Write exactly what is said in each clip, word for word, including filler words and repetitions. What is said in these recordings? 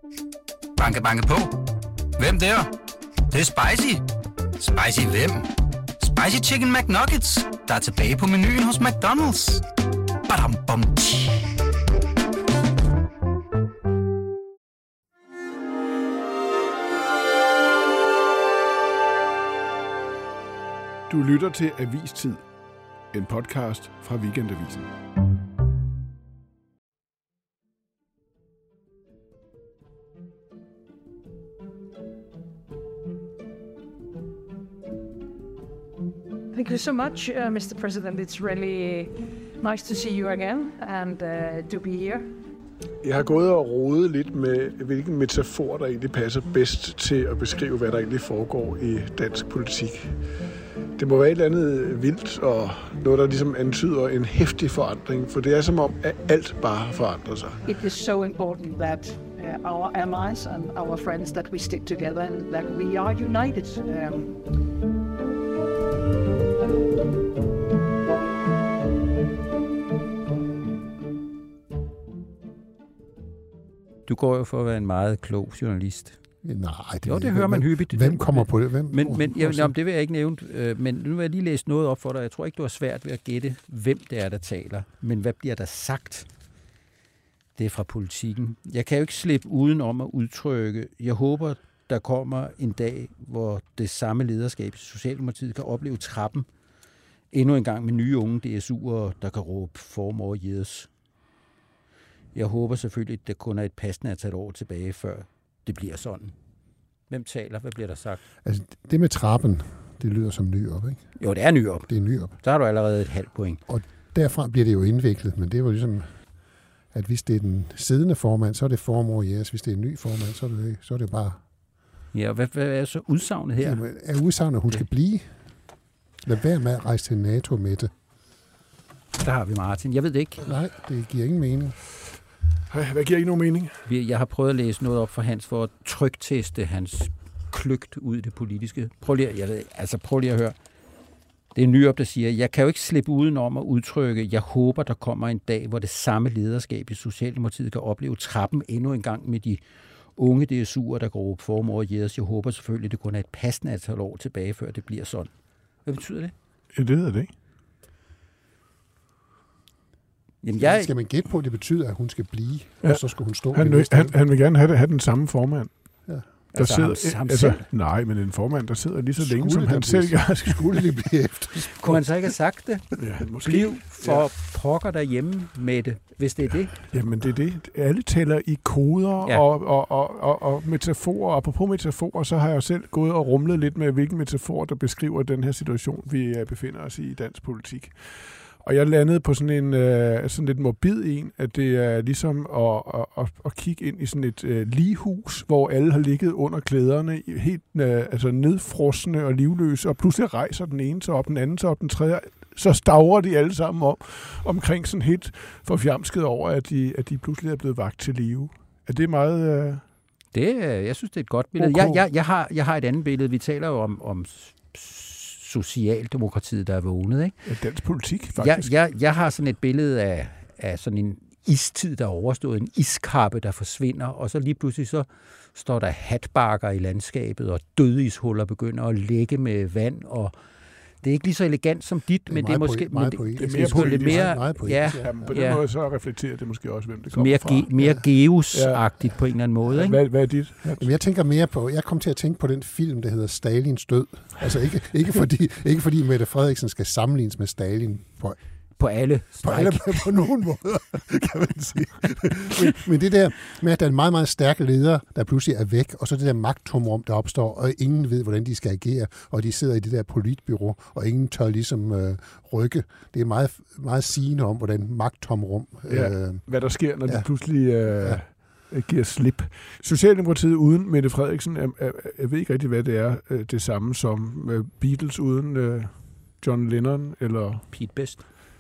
Banke, banke på. Hvem der? Det, det er spicy. Spicy hvem? Spicy Chicken McNuggets, der er tilbage på menuen hos McDonald's. Badum, bom, tji. Du lytter til Avistid, en podcast fra Weekendavisen. Thank you so much, uh, mister President. It's really nice to see you again and uh, to be here. Jeg har gået og rodet lidt med, hvilken metafor, der egentlig passer bedst til at beskrive, hvad der egentlig foregår i dansk politik. Det må være et eller andet vildt, og noget, der ligesom antyder en heftig forandring, for det er som om, at alt bare forandrer sig. It is so important that uh, our allies and our friends, that we stick together and that we are united. Um, Du går jo for at være en meget klog journalist. Nej, det, jo, det hører man hyppigt. Hvem kommer på det? Hvem? Men, men jeg, jamen, det vil jeg ikke nævne. Men nu vil jeg lige læse noget op for dig. Jeg tror ikke, du har svært ved at gætte, hvem det er, der taler. Men hvad bliver der sagt? Det er fra Politikken. Jeg kan jo ikke slippe uden om at udtrykke. Jeg håber, der kommer en dag, hvor det samme lederskab i Socialdemokratiet kan opleve trappen endnu en gang med nye unge D S U'ere, der kan råbe four more years. Jeg håber selvfølgelig, at det kun er et passende antal år tilbage, før det bliver sådan. Hvem taler? Hvad bliver der sagt? Altså, det med trappen, det lyder som Nyrup, ikke? Jo, det er Nyrup. Det er Nyrup. Så har du allerede et halvt point. Og derfra bliver det jo indviklet, men det er jo ligesom, at hvis det er den siddende formand, så er det four more years. Hvis det er en ny formand, så er det, så er det bare... Ja, og hvad, hvad er så udsagnet her? Jamen, er udsagnet, at hun skal blive? Lad være med at rejse til NATO med det. Der har vi Martin. Jeg ved det ikke. Nej, det giver ingen mening. Hvad giver ikke nogen mening? Jeg har prøvet at læse noget op for Hans for at trykteste hans kløgt ud i det politiske. Prøv lige, jeg ved, altså prøv lige at høre. Det er Nyrup, der siger, jeg kan jo ikke slippe udenom at udtrykke, jeg håber, der kommer en dag, hvor det samme lederskab i Socialdemokratiet kan opleve trappen endnu en gang med de unge D S U'er, der går op for more years. Jeg håber selvfølgelig, det kun er et passende antal år tilbage, før det bliver sådan. Hvad betyder det? Ja, det ved det ikke. Jamen, jeg... Skal man gætte på, at det betyder, at hun skal blive, ja. Og så skal hun stå... Han, vil, han, han vil gerne have, det, have den samme formand. Ja. Der altså, sidder, ham, ham altså, nej, men en formand, der sidder lige så skulle længe, som han selv gør. Skulle det blive efter? Kunne han så ikke have sagt det? Ja, måske. Bliv for ja. Pokker derhjemme med det, hvis det er det. Jamen, det er det. Alle taler i koder ja. og, og, og, og, og metaforer. Og apropos metaforer, så har jeg jo selv gået og rumlet lidt med, hvilken metafor, der beskriver den her situation, vi befinder os i i dansk politik. Og jeg landede på sådan en øh, sådan lidt morbid en, at det er ligesom at, at, at kigge ind i sådan et øh, lighus, hvor alle har ligget under klæderne, helt øh, altså nedfrosne og livløse, og pludselig rejser den ene så op, den anden så op, den tredje, så stavrer de alle sammen om, omkring sådan helt forfjamsket over, at de, at de pludselig er blevet vagt til live. Er det meget... Øh... Det, jeg synes, det er et godt billede. Okay. Jeg, jeg, jeg, har, jeg har et andet billede. Vi taler jo om... om Socialdemokratiet, der er vågnet, ikke? Ja, dansk politik, faktisk. Jeg, jeg, jeg har sådan et billede af, af sådan en istid, der er overstået, en iskappe, der forsvinder, og så lige pludselig så står der hatbakker i landskabet, og dødishuller begynder at lægge med vand, og det er ikke lige så elegant som dit, det men det er måske... Meget det, poetisk. det, det er mere det, mere, meget poetisk. Ja, ja, på den ja. måde så reflekterer det måske også, hvem det kommer mere fra. Ge, mere ja. Geus-agtigt ja. På en eller anden måde, ikke? Hvad, hvad er dit? Ja. Jamen, jeg tænker mere på, jeg kom til at tænke på den film, der hedder Stalins død. Altså ikke, ikke, fordi, ikke fordi Mette Frederiksen skal sammenlignes med Stalin på, på alle på, alle, på nogen måder, kan man sige. Men, men det der med, at der er en meget, meget stærk leder, der pludselig er væk, og så det der magttomrum, der opstår, og ingen ved, hvordan de skal agere, og de sidder i det der politbyrå, og ingen tør ligesom øh, rykke. Det er meget, meget sigende om, hvordan magttomrum... Ja, øh, hvad der sker, når ja. de pludselig... Øh, ja. giver slip. Socialdemokratiet uden Mette Frederiksen, er, er, jeg ved ikke rigtig, hvad det er, det samme som Beatles uden uh, John Lennon, eller... Pete Best.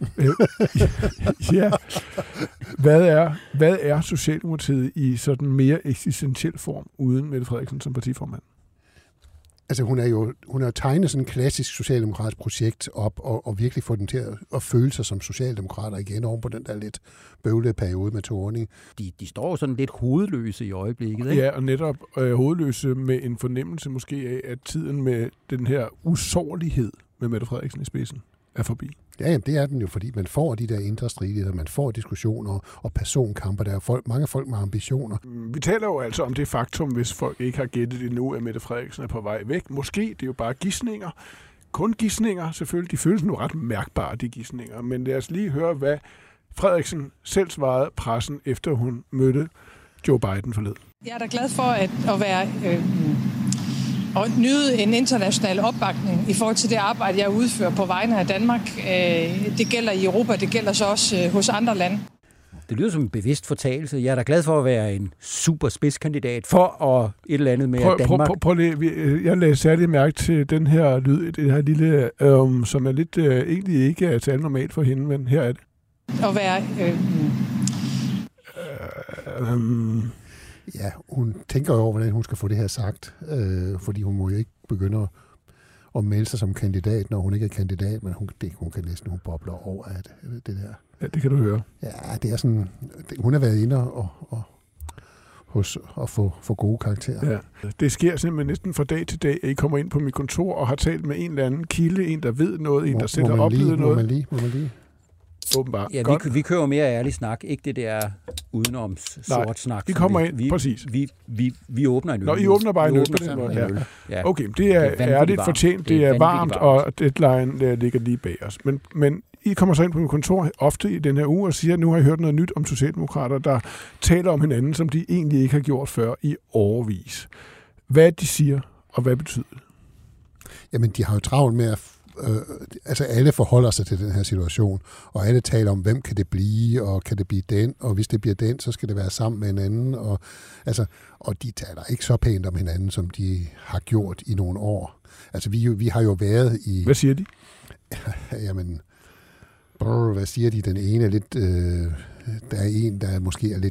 Ja. Hvad er, hvad er Socialdemokratiet i sådan mere eksistentiel form uden Mette Frederiksen som partiformand? Altså hun er jo hun har tegnet sådan et klassisk socialdemokratisk projekt op, og, og virkelig få dem til at, at føle sig som socialdemokrater igen oven på den der lidt bøvlede periode med Thorning. De, de står sådan lidt hovedløse i øjeblikket, ikke? Ja, og netop øh, hovedløse med en fornemmelse måske af, at tiden med den her usårlighed med Mette Frederiksen i spidsen er forbi. Ja, jamen, det er den jo, fordi man får de der indre stridigheder, man får diskussioner og personkamper. Der er folk, mange folk med ambitioner. Vi taler jo altså om det faktum, hvis folk ikke har gættet det nu, at Mette Frederiksen er på vej væk. Måske, det er jo bare gidsninger. Kun gidsninger, selvfølgelig. De føles nu ret mærkbare, de gidsninger. Men lad os lige høre, hvad Frederiksen selv svarede pressen, efter hun mødte Joe Biden forleden. Jeg er da glad for at, at være... Øh og nyde en international opbakning i forhold til det arbejde, jeg udfører på vegne af Danmark. Det gælder i Europa, det gælder så også hos andre lande. Det lyder som en bevidst fortalelse. Jeg er da glad for at være en super spidskandidat for og et eller andet med prøv, Danmark. Prøv, prøv, prøv, jeg lagde særligt mærke til den her lyd, det her lille, øhm, som er lidt øh, egentlig ikke er tale normalt for hende, men her er det. At være... Øh, øh, øh, Ja, hun tænker jo over, hvordan hun skal få det her sagt, øh, fordi hun må jo ikke begynde at, at melde sig som kandidat, når hun ikke er kandidat, men hun, det, hun kan næsten, hun bobler over af det, det der. Ja, det kan du høre. Ja, det er sådan, det, hun har været inde og, og, hos, og få, få gode karakterer. Ja. Det sker simpelthen næsten fra dag til dag, at I kommer ind på mit kontor og har talt med en eller anden kilde, en der ved noget, en må, der selv har oplevet noget. Må man lige, må man lige. Åbenbart. Ja, vi, vi kører mere ærlig snak, ikke det der udenoms sort snak. Vi kommer vi, ind, vi, præcis. Vi, vi, vi åbner en øl. Nå, I åbner bare en øl på den måde. Ja. Ja. Okay, det er, det er ærligt fortjent, det er, det er varmt, varmt, og deadline uh, ligger lige bag os. Men, men I kommer så ind på mit kontor ofte i den her uge og siger, at nu har I hørt noget nyt om socialdemokrater, der taler om hinanden, som de egentlig ikke har gjort før i årevis. Hvad de siger, og hvad betyder det? Jamen, de har jo travlt med at Øh, altså alle forholder sig til den her situation, og alle taler om, hvem kan det blive, og kan det blive den, og hvis det bliver den, så skal det være sammen med en anden, og, altså, og de taler ikke så pænt om hinanden, som de har gjort i nogle år. Altså, vi, vi har jo været i... Hvad siger de? Jamen, brrr, hvad siger de? Den ene er lidt... Øh, der er en, der måske er lidt...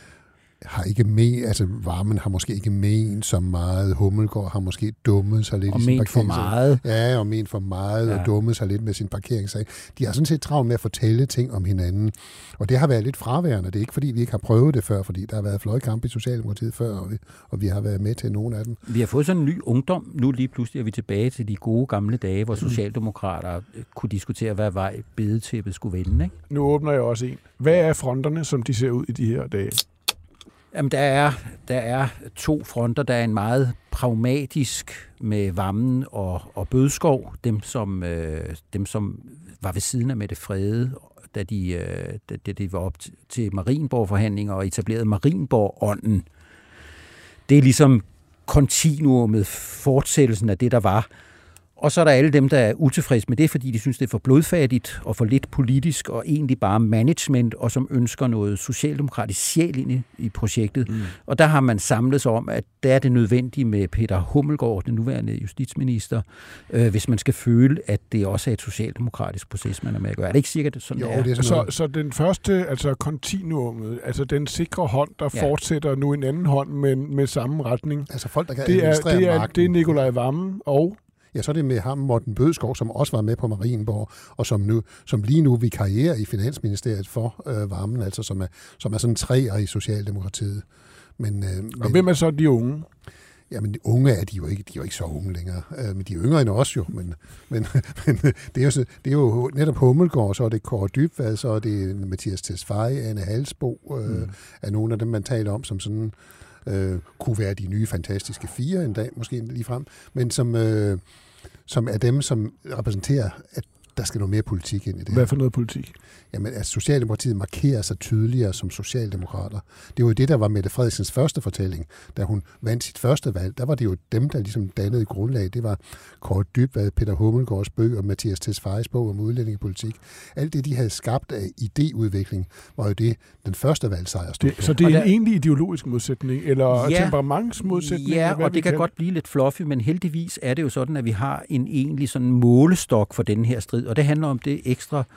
har ikke med, altså Varmen har måske ikke ment så meget, Hummelgaard har måske dummet sig lidt og i sin ment for meget. Ja, og ment for meget, ja. Og dummet sig lidt med sin parkeringssag. De har sådan set travlt med at fortælle ting om hinanden, og det har været lidt fraværende. Det er ikke, fordi vi ikke har prøvet det før, fordi der har været fløjkamp i Socialdemokratiet før, og vi, og vi har været med til nogle af dem. Vi har fået sådan en ny ungdom. Nu lige pludselig er vi tilbage til de gode gamle dage, hvor socialdemokrater kunne diskutere, hvad vej bedetæppet skulle vende, ikke? Nu åbner jeg også en. Hvad er fronterne, som de ser ud i de her dage? Jamen, der er, der er to fronter. Der er en meget pragmatisk med Vammen og, og Bødskov, dem som, øh, dem som var ved siden af Mette Frede, da de, øh, da, da de var op til, til Marienborg-forhandlinger og etablerede Marienborg-ånden. Det er ligesom kontinuumet, fortsættelsen af det, der var. Og så er der alle dem, der er utilfredse med det, fordi de synes, det er for blodfattigt og for lidt politisk og egentlig bare management, og som ønsker noget socialdemokratisk sjæl ind i, i projektet. Mm. Og der har man samlet sig om, at der er det nødvendigt med Peter Hummelgaard, den nuværende justitsminister, øh, hvis man skal føle, at det også er et socialdemokratisk proces, man er med at gøre. Er det ikke sikkert sådan, jo, det er? Det er så, så den første, altså kontinuumet, altså den sikre hånd, der ja. fortsætter nu en anden hånd med, med samme retning. Altså folk, der kan det er, administrere det er, magten. det er Nikolaj Wammen og... Ja, så er det med ham, Morten Bødskov, som også var med på Marienborg, og som, nu, som lige nu vikarierer i Finansministeriet for øh, Varmen, altså som er, som er sådan treer i Socialdemokratiet. Men, øh, og hvem er så de unge? Jamen, de unge er de jo ikke, de er jo ikke så unge længere, øh, men de er yngre end os jo, men, men, men det, er jo, det er jo netop Hummelgaard, så er det Kåre Dybvad, så er det Mathias Tesfaye, Anne Halsbo, øh, mm. er nogle af dem, man taler om som sådan... Øh, kunne være de nye fantastiske fire en dag, måske lige frem, men som, øh, som er dem, som repræsenterer, at der skal noget mere politik ind i det. Hvad for noget politik? Jamen, at Socialdemokratiet markerer sig tydeligere som socialdemokrater. Det var jo det, der var Mette Frederiksens første fortælling. Da hun vandt sit første valg, der var det jo dem, der ligesom dannede grundlag. Det var Kåre Dybvad, Peter Hummelgaards bøger og Mathias Tesfayes bog om udlændingepolitik. Alt det, de havde skabt af idéudvikling, var jo det, den første valgsejr stod på. Så det er en egentlig ideologisk modsætning, eller ja, temperamentsmodsætning? Ja, og det kan, kan godt blive lidt fluffy, men heldigvis er det jo sådan, at vi har en egentlig sådan målestok for den her strid, og det handler om det ekstra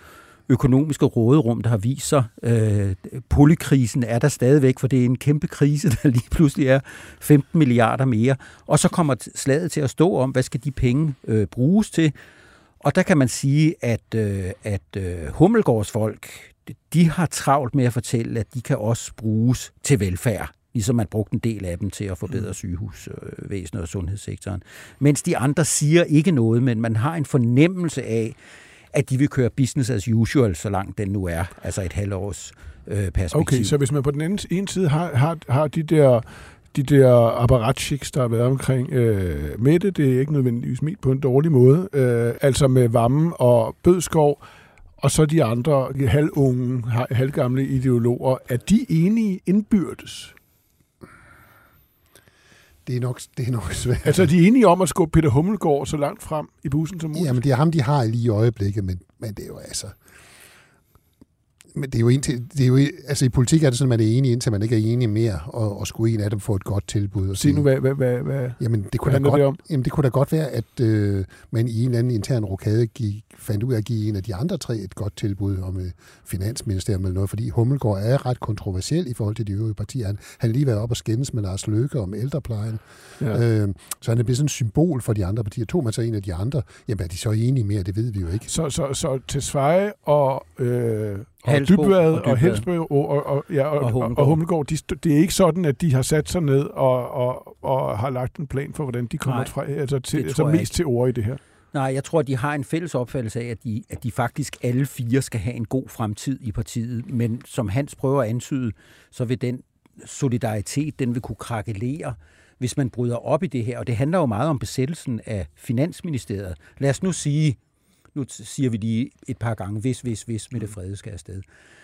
økonomiske råderum, der har vist sig. Øh, Polykrisen er der stadigvæk, for det er en kæmpe krise, der lige pludselig er femten milliarder mere. Og så kommer slaget til at stå om, hvad skal de penge øh, bruges til. Og der kan man sige, at, øh, at øh, Hummelgaards folk, de har travlt med at fortælle, at de kan også bruges til velfærd, ligesom man brugte en del af dem til at forbedre sygehusvæsenet og sundhedssektoren. Mens de andre siger ikke noget, men man har en fornemmelse af, at de vil køre business as usual, så langt den nu er, altså et halvårs øh, perspektiv. Okay, så hvis man på den ene, ene side har, har, har de der de der apparatchiks, der har været omkring øh, Mette, det er ikke nødvendigvis ment på en dårlig måde, øh, altså med Wammen og Bødskov, og så de andre halvunge, halvgamle ideologer, er de enige indbyrdes? Det er nok, det er nok svært. Altså, er de enige om at skubbe Peter Hummelgaard så langt frem i bussen som muligt? Jamen, det er ham, de har lige i øjeblikket, men, men det er jo altså... Men det er jo indtil, det er jo, altså i politik er det sådan, at man er enig, indtil man ikke er enig mere, og, og skulle en af dem få et godt tilbud. Sig nu, hvad, hvad, hvad, hvad, jamen, det kunne da godt, det om? Jamen, det kunne da godt være, at øh, man i en eller anden intern rokade gik, fandt ud af at give en af de andre tre et godt tilbud om øh, finansministerium eller noget, fordi Hummelgaard er ret kontroversiel i forhold til de øvrige partier. Han har lige været op og skændes med Lars Løkke om ældreplejen, ja. øh, så han er blevet sådan et symbol for de andre partier. Tog man så en af de andre, jamen er de så enige mere, det ved vi jo ikke. Så, så, så Tesfaye og... Øh Og Dybvad og Helsbø og, og, og, ja, og, og, og Hummelgaard, de, det er ikke sådan, at de har sat sig ned og, og, og har lagt en plan for, hvordan de kommer fra, altså, til, altså mest ikke. til ord i det her. Nej, jeg tror, at de har en fælles opfattelse af, at de, at de faktisk alle fire skal have en god fremtid i partiet. Men som Hans prøver at antyde, så vil den solidaritet, den vil kunne krakelere, hvis man bryder op i det her. Og det handler jo meget om besættelsen af Finansministeriet. Lad os nu sige... Nu siger vi lige et par gange, hvis, hvis, hvis Mette Frede skal afsted.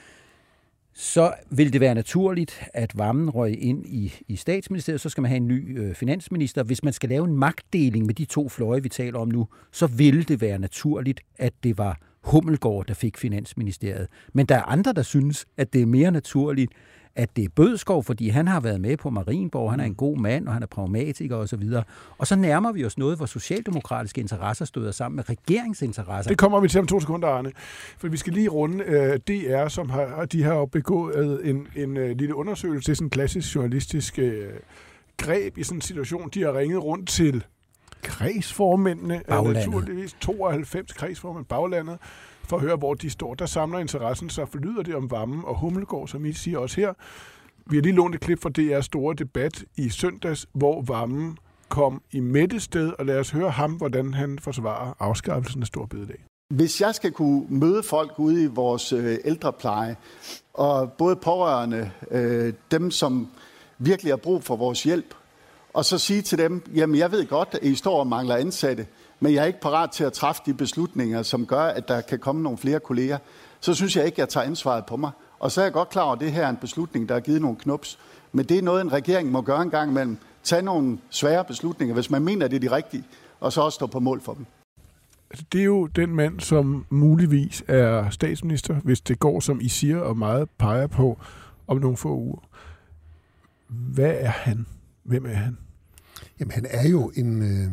Så vil det være naturligt, at Wammen røg ind i, i statsministeriet, så skal man have en ny øh, finansminister. Hvis man skal lave en magtdeling med de to fløje, vi taler om nu, så vil det være naturligt, at det var Hummelgaard, der fik finansministeriet. Men der er andre, der synes, at det er mere naturligt, at det er Bødskov, fordi han har været med på Marienborg, han er en god mand, og han er pragmatiker osv. Og så nærmer vi os noget, hvor socialdemokratiske interesser støder sammen med regeringsinteresser. Det kommer vi til om to sekunder, Arne. For vi skal lige runde uh, D R, som har, de har begået en, en uh, lille undersøgelse til sådan en klassisk journalistisk uh, greb i sådan en situation. De har ringet rundt til kredsformændene, naturligvis tooghalvfems kredsformænd, baglandet, for at høre, hvor de står. Der samler interessen, så forlyder det om Wammen og Hummelgaard, som I siger også her. Vi har lige lånt et klip fra D R's store debat i søndags, hvor Wammen kom i Mettes sted, og lad os høre ham, hvordan han forsvarer afskaffelsen af Store Bededag. Hvis jeg skal kunne møde folk ude i vores øh, ældrepleje, og både pårørende, øh, dem som virkelig har brug for vores hjælp, og så sige til dem, jamen jeg ved godt, at I står og mangler ansatte, men jeg er ikke parat til at træffe de beslutninger, som gør, at der kan komme nogle flere kolleger, så synes jeg ikke, at jeg tager ansvaret på mig. Og så er jeg godt klar over, at det her er en beslutning, der har givet nogle knups. Men det er noget, en regering må gøre en gang imellem. Tag nogle svære beslutninger, hvis man mener, at det er de rigtige, og så også stå på mål for dem. Altså, det er jo den mand, som muligvis er statsminister, hvis det går, som I siger, og meget peger på om nogle få uger. Hvad er han? Hvem er han? Jamen, han er jo en... Øh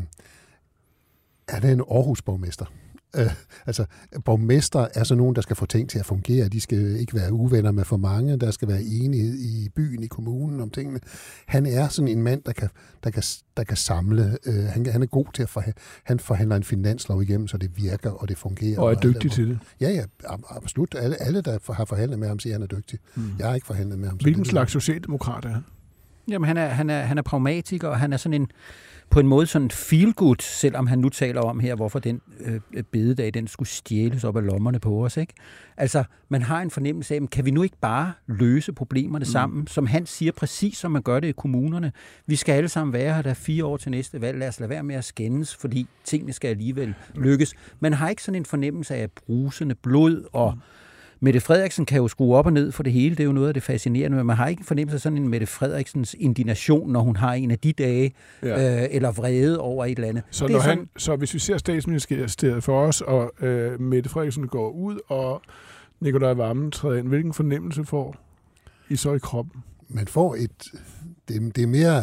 Han er en Aarhus-borgmester. Øh, altså, borgmester er så nogen, der skal få ting til at fungere. De skal ikke være uvenner med for mange. Der skal være enighed i byen, i kommunen om tingene. Han er sådan en mand, der kan, der kan, der kan samle. Øh, han, han er god til at forhandle. Han forhandler en finanslov igennem, så det virker, og det fungerer. Og er dygtig til det? Ja, ja, absolut. Alle, alle der har forhandlet med ham, siger, at han er dygtig. Mm. Jeg har ikke forhandlet med ham. Hvilken slags socialdemokrat er han? Jamen, han er, han er, han er pragmatiker, og han er sådan en, på en måde sådan feel-good, selvom han nu taler om her, hvorfor den øh, bededag, den skulle stjæles op af lommerne på os, ikke? Altså, man har en fornemmelse af, kan vi nu ikke bare løse problemerne mm. sammen? Som han siger, præcis som man gør det i kommunerne. Vi skal alle sammen være her, der er fire år til næste valg. Lad os lade være med at skændes, fordi tingene skal alligevel lykkes. Man har ikke sådan en fornemmelse af brusende blod og mm. Mette Frederiksen kan jo skrue op og ned for det hele. Det er jo noget af det fascinerende, men man har ikke en fornemmelse af sådan en Mette Frederiksens indignation, når hun har en af de dage, ja. øh, eller vrede over et eller andet. Så, når sådan... han, så hvis vi ser statsministeriet for os, og øh, Mette Frederiksen går ud, og Nikolaj Wammen træder ind, hvilken fornemmelse får I så i kroppen? Man får et... Det, det er mere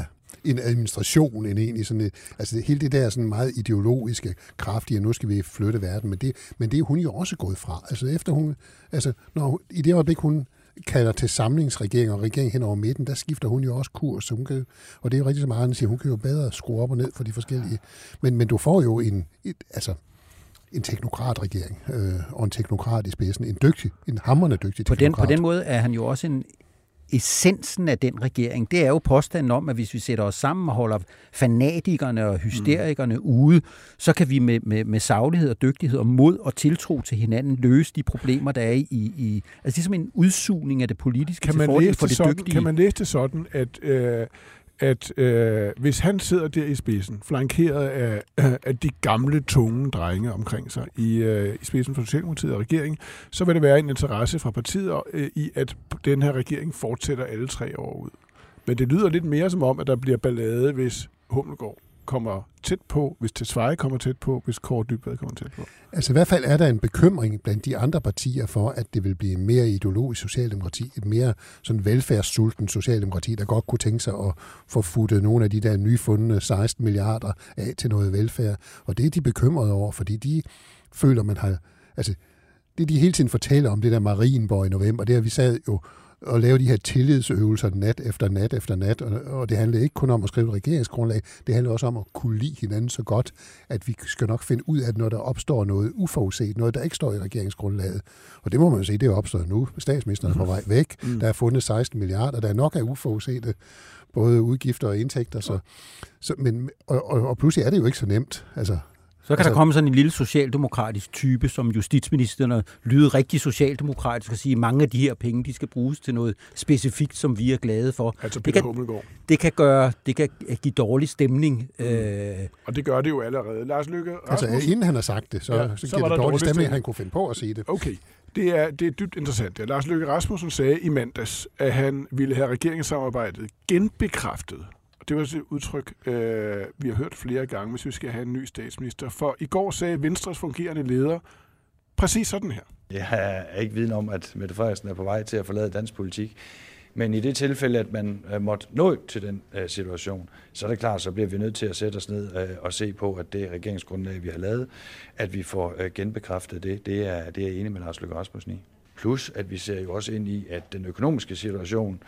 en administration, end egentlig sådan et, altså hele det der sådan meget ideologiske, kraftige, nu skal vi flytte verden, men det, men det er hun jo også gået fra. Altså efter hun, altså når hun, i det øjeblik, hun kalder til samlingsregering og regering hen over midten, der skifter hun jo også kurs, så hun kan, og det er jo rigtig så meget, han siger, hun kan jo bedre skrue op og ned for de forskellige, men, men du får jo en, et, altså en teknokratregering, øh, og en teknokrat i spidsen, en dygtig, en hamrende dygtig teknokrat. På den, på den måde er han jo også en essensen af den regering. Det er jo påstanden om, at hvis vi sætter os sammen og holder fanatikerne og hysterikerne mm. ude, så kan vi med, med, med saglighed og dygtighed og mod og tiltro til hinanden løse de problemer, der er i... i altså det er som en udsugning af det politiske til fordel for det sådan, dygtige. Kan man læse det sådan, at... Øh at øh, hvis han sidder der i spidsen, flankeret af, af de gamle, tunge drenge omkring sig i, øh, i spidsen for Socialdemokratiet og regeringen, så vil der være en interesse fra partiet øh, i, at den her regering fortsætter alle tre år ud. Men det lyder lidt mere som om, at der bliver ballade, hvis Hummelgaard kommer tæt på, hvis Tesfaye kommer tæt på, hvis Kaare Dybvad kommer tæt på. Altså i hvert fald er der en bekymring blandt de andre partier for, at det vil blive en mere ideologisk socialdemokrati, et mere sådan velfærdssulten socialdemokrati, der godt kunne tænke sig at få futtet nogle af de der nyfundne seksten milliarder af til noget velfærd. Og det er de bekymrede over, fordi de føler, man har... Altså, det de hele tiden fortæller om det der Marienborg i november, det er, vi sad jo og lave de her tillidsøvelser nat efter nat efter nat, og det handler ikke kun om at skrive et regeringsgrundlag, det handler også om at kunne lide hinanden så godt, at vi skal nok finde ud af, at når der opstår noget uforudset, noget der ikke står i regeringsgrundlaget, og det må man jo se, det er opstået nu. Statsministeren er på vej væk, mm. der er fundet seksten milliarder, der er nok af uforudsete, både udgifter og indtægter, så, så, men, og, og, og pludselig er det jo ikke så nemt, altså. Så kan altså, der komme sådan en lille socialdemokratisk type, som justitsministeren lyder rigtig socialdemokratisk og sige, at mange af de her penge, de skal bruges til noget specifikt, som vi er glade for. Altså det, kan, det kan gøre, det kan give dårlig stemning. Mm. Øh. Og det gør det jo allerede. Lars Løkke Rasmussen. Altså inden han har sagt det, så, ja, så, så giver det dårlig stemning, at han kunne finde på at sige det. Okay. Det er, det er dybt interessant. Ja. Lars Løkke Rasmussen sagde i mandags, at han ville have regeringssamarbejdet genbekræftet. Det var et udtryk, øh, vi har hørt flere gange, hvis vi skal have en ny statsminister. For i går sagde Venstres fungerende leder præcis sådan her. Jeg er ikke viden om, at Mette Frederiksen er på vej til at forlade dansk politik. Men i det tilfælde, at man måtte nå til den uh, situation, så er det klart, så bliver vi nødt til at sætte os ned uh, og se på, at det regeringsgrundlag, vi har lavet, at vi får uh, genbekræftet det. Det er, det er jeg enig med Lars Løkke Rasmussen i. Plus, at vi ser jo også ind i, at den økonomiske situation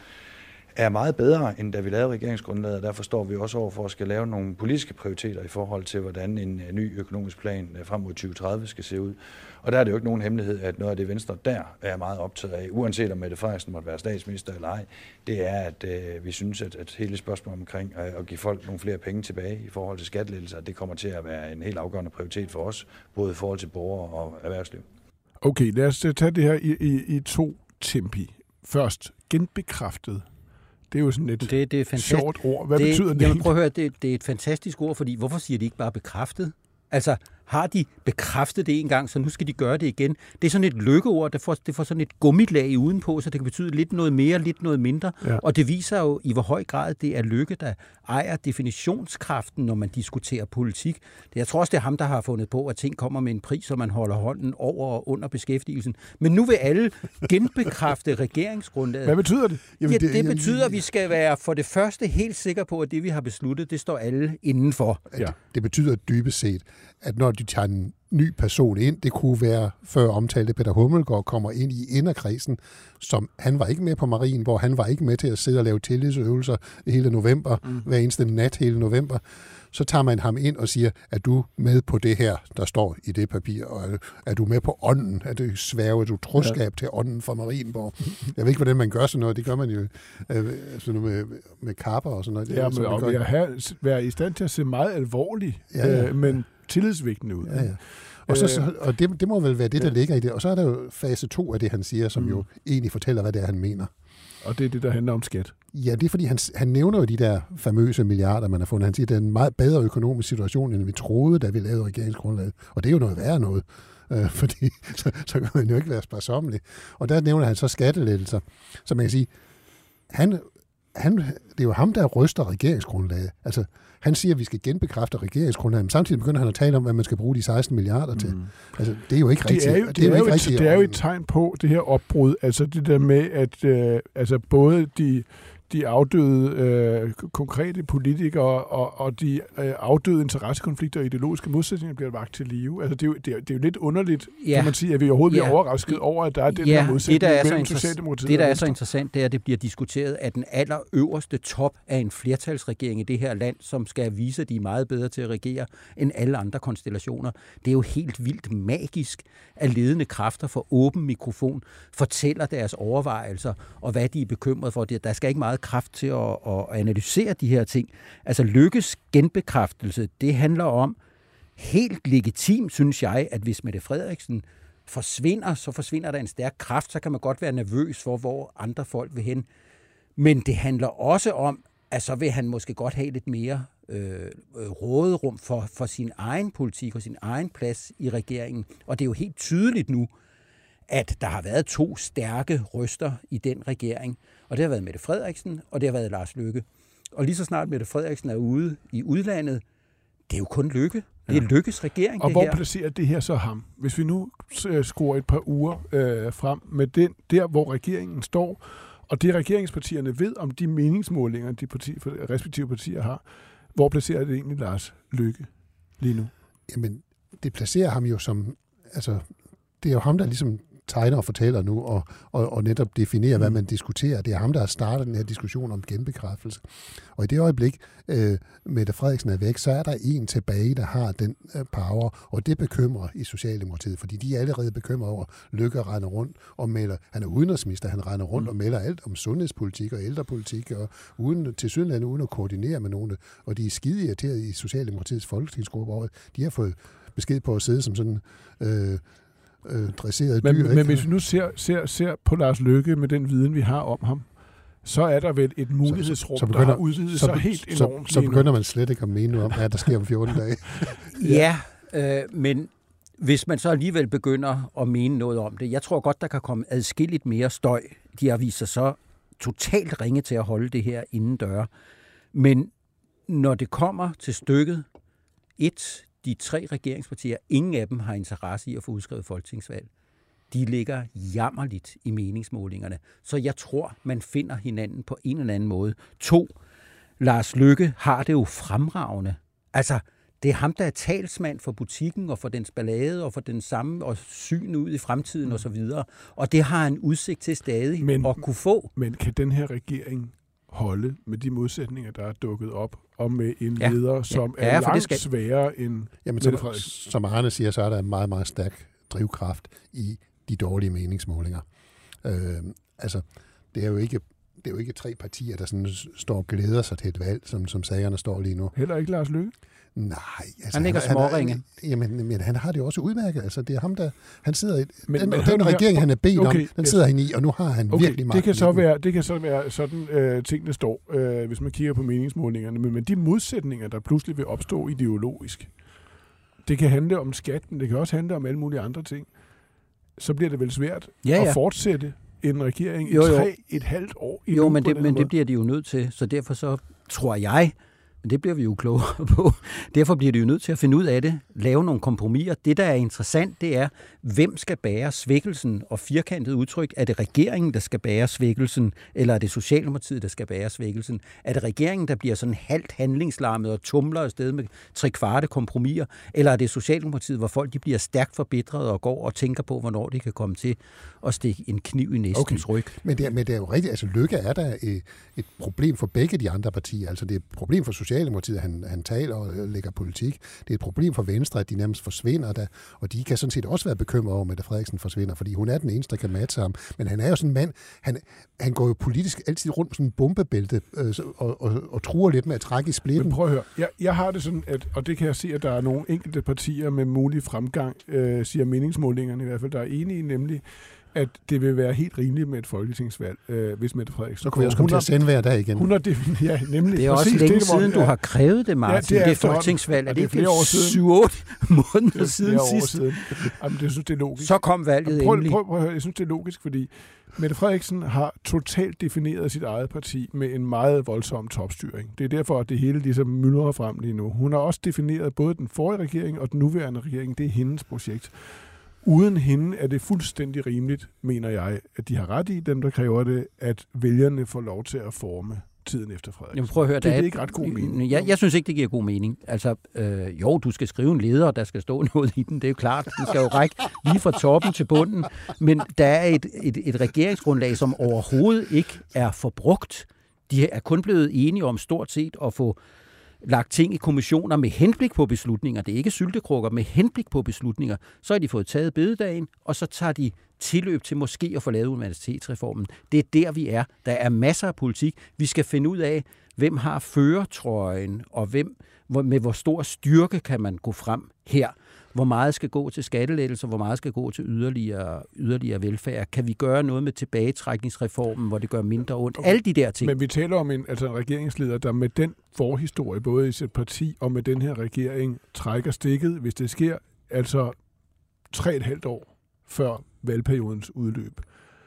er meget bedre, end da vi lavede regeringsgrundlaget, og derfor står vi også over for at skal lave nogle politiske prioriteter i forhold til, hvordan en ny økonomisk plan frem mod tyve tredive skal se ud. Og der er det jo ikke nogen hemmelighed, at noget af det Venstre der er meget optaget af, uanset om Mette Frederiksen måtte være statsminister eller ej, det er, at øh, vi synes, at, at hele spørgsmålet omkring øh, at give folk nogle flere penge tilbage i forhold til skattelettelser, det kommer til at være en helt afgørende prioritet for os, både i forhold til borgere og erhvervsliv. Okay, lad os tage det her i, i, i to tempi. Først, genbekræftet. Det er jo sådan et det, det er sjovt ord. Hvad det, betyder det? Jamen prøv at høre, det, det er et fantastisk ord, fordi hvorfor siger de ikke bare bekræftet? Altså, har de bekræftet det en gang, så nu skal de gøre det igen? Det er sådan et lykkeord, det får, det får sådan et gummilag i udenpå, så det kan betyde lidt noget mere, lidt noget mindre. Ja. Og det viser jo, i hvor høj grad det er Løkke, der ejer definitionskraften, når man diskuterer politik. Jeg tror også, det er ham, der har fundet på, at ting kommer med en pris, så man holder hånden over og under beskæftigelsen. Men nu vil alle genbekræfte regeringsgrundlaget. Hvad betyder det? Jamen, ja, det, det betyder, at vi skal være for det første helt sikre på, at det, vi har besluttet, det står alle indenfor. Ja. Det betyder dybest set, at når de tager en ny person ind, det kunne være før omtalte Peter Hummelgaard kommer ind i inderkredsen, som han var ikke med på Marienborg, han var ikke med til at sidde og lave tillidsøvelser hele november, mm. hver eneste nat hele november. Så tager man ham ind og siger, er du med på det her, der står i det papir, og er du med på ånden? Er det sværger du troskab ja. til ånden fra Marienborg? Jeg ved ikke, hvordan man gør sådan noget. Det gør man jo øh, sådan med, med kapper og sådan noget. Ja, men og vi har været i stand til at se meget alvorligt, ja, ja. Øh, men tillidsvægtende ud. Ja, ja. Og, så, og det, det må vel være det, der ja. ligger i det. Og så er der jo fase to af det, han siger, som mm. jo egentlig fortæller, hvad det er, han mener. Og det er det, der handler om skat. Ja, det er fordi, han, han nævner jo de der famøse milliarder, man har fundet. Han siger, at det er en meget bedre økonomisk situation, end vi troede, da vi lavede regeringsgrundlaget. Og det er jo noget værre noget, øh, fordi så, så kan man jo ikke være sparsommelig. Og der nævner han så skattelettelser. Så man kan sige, han, han, det er jo ham, der ryster regeringsgrundlaget. Altså, han siger, at vi skal genbekræfte regeringsgrundlaget, men samtidig begynder han at tale om, hvad man skal bruge de seksten milliarder til. Mm. Altså, det er jo ikke rigtigt. Det er jo, det det er jo, et, det er jo et tegn på det her opbrud. Altså det der med, at øh, altså både de, de afdøde øh, konkrete politikere og, og de øh, afdøde interessekonflikter og ideologiske modsætninger bliver vagt til live. Altså, det, er jo, det, er, det er jo lidt underligt, ja. kan man sige, at vi overhovedet ja. bliver overrasket over, at der er den ja, her modsætning det, mellem Socialdemokratiet. Det, der er så interessant, det er, at det bliver diskuteret af den allerøverste top af en flertalsregering i det her land, som skal vise, at de er meget bedre til at regere end alle andre konstellationer. Det er jo helt vildt magisk, at ledende kræfter for åben mikrofon fortæller deres overvejelser og hvad de er bekymret for. Der skal ikke meget kraft til at, at analysere de her ting. Altså Løkkes genbekræftelse, det handler om helt legitimt, synes jeg, at hvis Mette Frederiksen forsvinder, så forsvinder der en stærk kraft, så kan man godt være nervøs for, hvor andre folk vil hen. Men det handler også om, at så vil han måske godt have lidt mere øh, råderum for, for sin egen politik og sin egen plads i regeringen. Og det er jo helt tydeligt nu, at der har været to stærke røster i den regering. Og det har været Mette Frederiksen, og det har været Lars Løkke. Og lige så snart Mette Frederiksen er ude i udlandet, det er jo kun Løkke. Det er Løkkes regering, og det hvor her. placerer det her så ham? Hvis vi nu skruer et par uger øh, frem med den, der, hvor regeringen står, og det regeringspartierne ved om de meningsmålinger, de parti, respektive partier har, hvor placerer det egentlig Lars Løkke lige nu? Jamen, det placerer ham jo som... Altså, det er jo ham, der ligesom tegner og fortæller nu, og, og, og netop definerer, mm. hvad man diskuterer. Det er ham, der har startet den her diskussion om genbekræftelse. Og i det øjeblik, øh, Mette Frederiksen er væk, så er der en tilbage, der har den øh, power, og det bekymrer i Socialdemokratiet, fordi de er allerede bekymret over, Løkke render rundt og melder, han er udenrigsminister, han render rundt mm. og melder alt om sundhedspolitik og ældrepolitik, og uden, til Sydland uden at koordinere med nogen, og de er skide irriteret i Socialdemokratiets folketingsgruppe over, de har fået besked på at sidde som sådan... Øh, Øh, dresseret men, dyr. Men hvis vi nu ser, ser, ser på Lars Løkke med den viden, vi har om ham, så er der vel et mulighedsrum, så, så, så begynder, der har udvidet sig helt enormt. Så, så begynder man slet ikke at mene noget om, hvad der sker om fjorten dage. Ja, øh, men hvis man så alligevel begynder at mene noget om det, jeg tror godt, der kan komme adskilligt mere støj. De har vist sig så totalt ringe til at holde det her inden døre. Men når det kommer til stykket, et, de tre regeringspartier, ingen af dem har interesse i at få udskrevet folketingsvalg. De ligger jammerligt i meningsmålingerne. Så jeg tror, man finder hinanden på en eller anden måde. To, Lars Løkke har det jo fremragende. Altså, det er ham, der er talsmand for butikken og for dens ballade og for den samme og syn ud i fremtiden osv. Og det har han udsigt til stadig men, at kunne få. Men kan den her regering holde med de modsætninger, der er dukket op, og med en ja. leder, som ja. Ja, er langt skal... sværere end Jamen, som, som Arne siger, så er der en meget, meget stærk drivkraft i de dårlige meningsmålinger. Øh, altså, det er jo ikke det er jo ikke tre partier, der sådan står og glæder sig til et valg, som, som sagerne står lige nu. Heller ikke Lars Løkke? Nej. Altså, han ligger småringe. Jamen, men han har det jo også udmærket. Altså, det er ham, der... Han sidder i... Men, den, men, den regering, her, han er bedt okay, om, den sidder yes. han i, og nu har han okay, virkelig meget. Det kan, så være, det kan så være sådan, øh, tingene står, øh, hvis man kigger på meningsmålingerne. Men, men de modsætninger, der pludselig vil opstå ideologisk, det kan handle om skatten, det kan også handle om alle mulige andre ting. Så bliver det vel svært ja, ja. at fortsætte en regering jo, jo. i tre, et halvt år. Jo, men, det, men det bliver de jo nødt til. Så derfor så tror jeg... Men det bliver vi jo klogere på. Derfor bliver det jo nødt til at finde ud af det, lave nogle kompromiser. Det, der er interessant, det er, hvem skal bære svækkelsen, og firkantet udtryk, er det regeringen, der skal bære svækkelsen, eller er det Socialdemokratiet, der skal bære svækkelsen? Er det regeringen, der bliver sådan halvt handlingslammet og tumler afsted med tre kvarte kompromiser, eller er det Socialdemokratiet, hvor folk de bliver stærkt forbedret og går og tænker på, hvornår de kan komme til at stikke en kniv i næstens okay. ryg? Men det, er, men det er jo rigtigt, altså Løkke er der et, et problem for begge de andre partier, altså det er et problem for Socialdemokratiet, han, han taler og lægger politik. Det er et problem for Venstre, at de nærmest forsvinder der, og de kan sådan set også være bekymret over, at Mette Frederiksen forsvinder, fordi hun er den eneste, der kan matche ham. Men han er jo sådan en mand, han, han går jo politisk altid rundt med sådan en bombebælte øh, og, og, og truer lidt med at trække i splitten. Men prøv at høre, jeg, jeg har det sådan, at, og det kan jeg se, at der er nogle enkelte partier med mulig fremgang, øh, siger meningsmålingerne i hvert fald, der er enige, nemlig at det vil være helt rimeligt med et folketingsvalg, øh, hvis Mette Frederiksen... Så kunne vi også komme til at sende hver dag igen. hun har defin- ja, nemlig, det er også længe det, siden, du har krævet det, Martin. Ja, det er, det er folketingsvalg. Er det ikke syv otte måneder siden sidst? Siden. Jamen, det synes det er logisk. Så kom valget prøv, endelig. Prøv, prøv at høre, jeg synes, det er logisk, fordi Mette Frederiksen har totalt defineret sit eget parti med en meget voldsom topstyring. Det er derfor, at det hele ligesom myldrer frem lige nu. Hun har også defineret både den forrige regering og den nuværende regering. Det er hendes projekt. uden hende er det fuldstændig rimeligt, mener jeg, at de har ret i, dem der kræver det, at vælgerne får lov til at forme tiden efter Frederiksen. Jamen, prøv at høre, det er er ikke ret god mening. Jeg, jeg synes ikke, det giver god mening. Altså, øh, jo, du skal skrive en leder, der skal stå noget i den, det er jo klart. Den skal jo række lige fra toppen til bunden. Men der er et, et, et regeringsgrundlag, som overhovedet ikke er forbrugt. De er kun blevet enige om stort set at få lagt ting i kommissioner med henblik på beslutninger. Det er ikke syltekrukker, med henblik på beslutninger. Så har de fået taget bededagen, og så tager de tilløb til måske at få lavet universitetsreformen. Det er der, vi er. Der er masser af politik. Vi skal finde ud af, hvem har førertrøjen, og hvem, med hvor stor styrke kan man gå frem her. Hvor meget skal gå til skattelettelser, hvor meget skal gå til yderligere, yderligere velfærd. Kan vi gøre noget med tilbagetrækningsreformen, hvor det gør mindre ondt? Alle de der ting. Men vi taler om en, altså en regeringsleder, der med den forhistorie, både i sit parti og med den her regering, trækker stikket, hvis det sker, altså tre og et halvt år før valgperiodens udløb.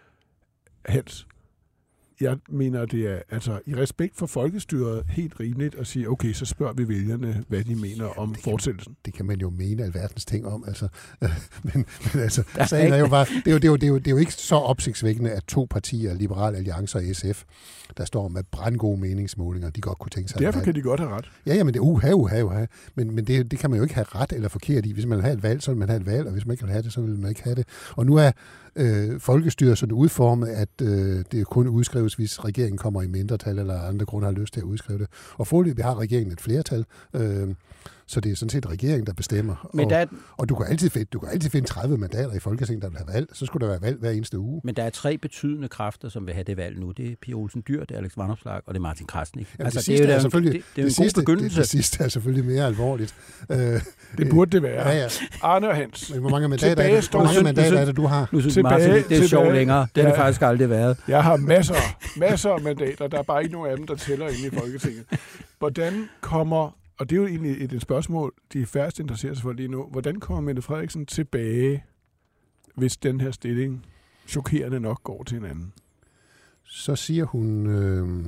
Hans, jeg mener, det er altså i respekt for folkestyret helt rimeligt at sige, okay, så spørger vi vælgerne, hvad de mener ja, om fortsættelsen. Det kan man jo mene alverdens ting om, altså. men, men altså, sagen er jo bare, det er jo, det, er jo, det, er jo, det er jo ikke så opsigtsvækkende, at to partier, Liberal Alliance og S F, der står med brandgode meningsmålinger, de godt kunne tænke sig. Derfor kan de godt have ret. Ja, ja, men det er uha, uha, uha. Men, men det, det kan man jo ikke have ret eller forkert i. Hvis man vil have et valg, så vil man have et valg, og hvis man ikke vil have det, så vil man ikke have det. Og nu er øh, folkestyret sådan udformet, at øh, det kun udskrives, hvis regeringen kommer i mindretal, eller andre grunde har lyst til at udskrive det. Og foreløbig har regeringen et flertal, øh, så det er sådan set regeringen, der bestemmer. Men der er... og, og du kan altid finde, du kan altid finde tredive mandater i Folketinget, der vil have valg. Så skulle der være valg hver eneste uge. Men der er tre betydende kræfter, som vil have det valg nu. Det er Pia Olsen Dyhr, det er Alex Vanopslagh, og det er Martin Krasnik. Jamen, altså, det, sidste det, er, er selvfølgelig, det, det er en god sidste, begyndelse. Det, det sidste er selvfølgelig mere alvorligt. Uh, det burde det være. Ja, ja. Arne og Hans. Men hvor mange mandater, er det, hvor mange mandater er det, du har? Nu synes tilbage, Martin, det er sjovt længere. Det har ja, det faktisk aldrig været. Jeg har masser, masser af mandater. Der er bare ikke nogen af dem, der tæller inde i Folketinget. Hvordan kommer... Og det er jo egentlig et, et spørgsmål, de færreste interesserer sig for lige nu. Hvordan kommer Mette Frederiksen tilbage, hvis den her stilling chokerende nok går til hinanden? Så siger hun... Øh,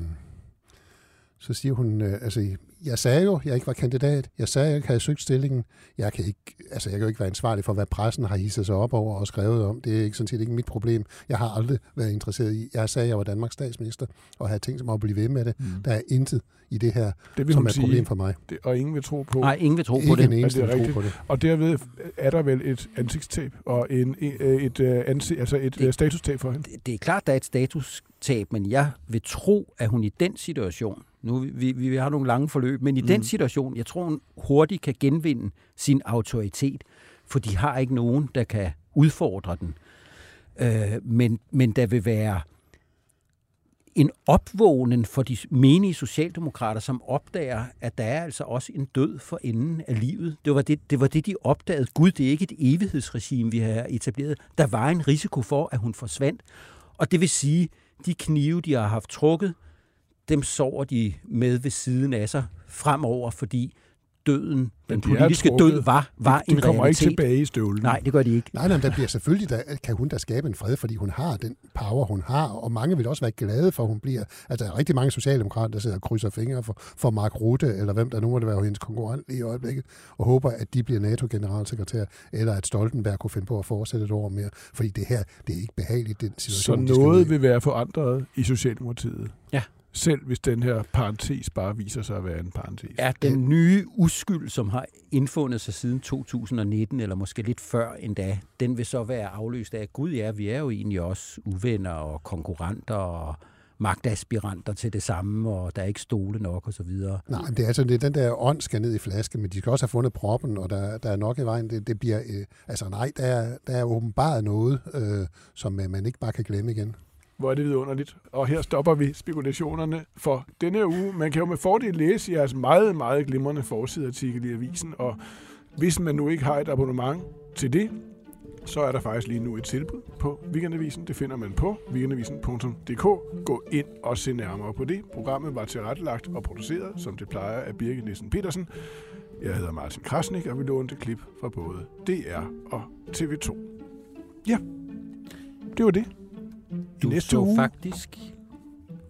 så siger hun... Øh, altså, jeg sagde jo, jeg ikke var kandidat. Jeg sagde, jeg ikke havde søgt stillingen. Jeg kan ikke, altså, jeg kan jo ikke være ansvarlig for, hvad pressen har hisset sig op over og skrevet om. Det er ikke sådan set ikke mit problem. Jeg har aldrig været interesseret i. Jeg sagde, jeg var Danmarks statsminister, og havde tænkt mig at blive ved med det. Mm. Der er intet i det her, det som er et problem sige, for mig. Det, og ingen vil tro på. Nej, ingen vil tro ikke på det. En eneste vil tro på det. Og derved er der vel et ansigtstab og en, et, et, ansigt, altså et det, statustab for hende? Det, det er klart, der er et statustab, men jeg vil tro, at hun i den situation, nu vi, vi, vi har nogle lange forløb, men i mm. den situation, jeg tror, hun hurtigt kan genvinde sin autoritet, for de har ikke nogen, der kan udfordre den. Øh, men, men der vil være en opvågnen for de menige socialdemokrater, som opdager, at der er altså også en død for enden af livet. Det var det, det var det, de opdagede. Gud, det er ikke et evighedsregime, vi har etableret. Der var en risiko for, at hun forsvandt. Og det vil sige, de knive, de har haft trukket, dem sover de med ved siden af sig fremover, fordi døden, den de politiske død, var, var de, de en realitet. De kommer ikke tilbage i støvlen. Nej, det gør de ikke. Nej, nej, der bliver selvfølgelig, der kan hun da skabe en fred, fordi hun har den power, hun har, og mange vil også være glade for, at hun bliver. Altså, der er rigtig mange socialdemokrater, der sidder og krydser fingre for, for Mark Rutte, eller hvem der nu måtte være hendes konkurrent i øjeblikket, og håber, at de bliver NATO-generalsekretær, eller at Stoltenberg kunne finde på at fortsætte et år mere, fordi det her, det er ikke behageligt, den situation. Så noget vil være forandret i Socialdemokratiet? Ja. Selv hvis den her parentes bare viser sig at være en parentes. Ja, den nye uskyld, som har indfundet sig siden to tusind nitten, eller måske lidt før endda, den vil så være afløst af, gud ja, vi er jo egentlig også uvenner og konkurrenter og magtaspiranter til det samme, og der er ikke stole nok og så videre. Nej, det er altså det, den der ånd skal ned i flasken, men de skal også have fundet proppen, og der, der er nok i vejen. Det, det bliver, øh, altså nej, der er, der er åbenbart noget, øh, som man ikke bare kan glemme igen. Hvor er det vidunderligt. Og her stopper vi spekulationerne for denne uge. Man kan jo med fordel læse jeres meget, meget glimrende forsideartikel i avisen, og hvis man nu ikke har et abonnement til det, så er der faktisk lige nu et tilbud på Weekendavisen. Det finder man på weekendavisen punktum d k. Gå ind og se nærmere på det. Programmet var tilrettelagt og produceret, som det plejer, af Birgit Nielsen Petersen. Jeg hedder Martin Krasnik, og vi lånte klip fra både D R og T V to. Ja, det var det. Du så uge. faktisk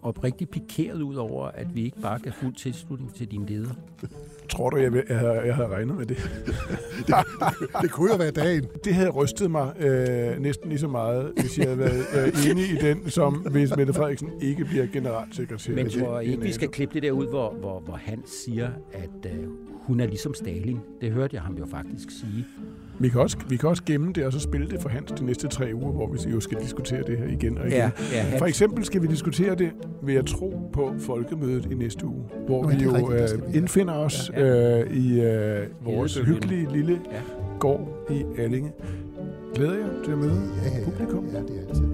oprigtigt pikeret ud over, at vi ikke bare gav fuld tilslutning til din leder? Tror du, jeg, jeg, havde, jeg havde regnet med det? det? Det kunne jo være dagen. Det havde rystet mig øh, næsten lige så meget, hvis jeg havde været øh, enig i den, som hvis Mette Frederiksen ikke bliver generalsekretær. Men tror jeg ikke, vi skal klippe det der ud, hvor, hvor, hvor han siger, at øh, hun er ligesom Stalin. Det hørte jeg ham jo faktisk sige. Vi kan, også, vi kan også gemme det, og så spille det for Hans de næste tre uger, hvor vi jo skal diskutere det her igen og igen. Ja, ja, for eksempel skal vi diskutere det ved at tro på folkemødet i næste uge, hvor ja, vi jo rigtigt, øh, indfinder os ja, ja. Øh, i øh, vores hyggelige lille ja. gård i Allinge. Glæder jeg til at møde ja, ja, publikum? Ja, det er altid.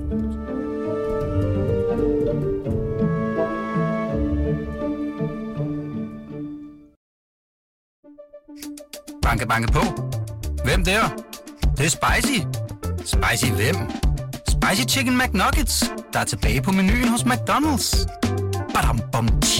Banke, banke på. Hvem der? Det, det er spicy. Spicy hvem? Spicy Chicken McNuggets, der er tilbage på menuen hos McDonald's. Badum, bom,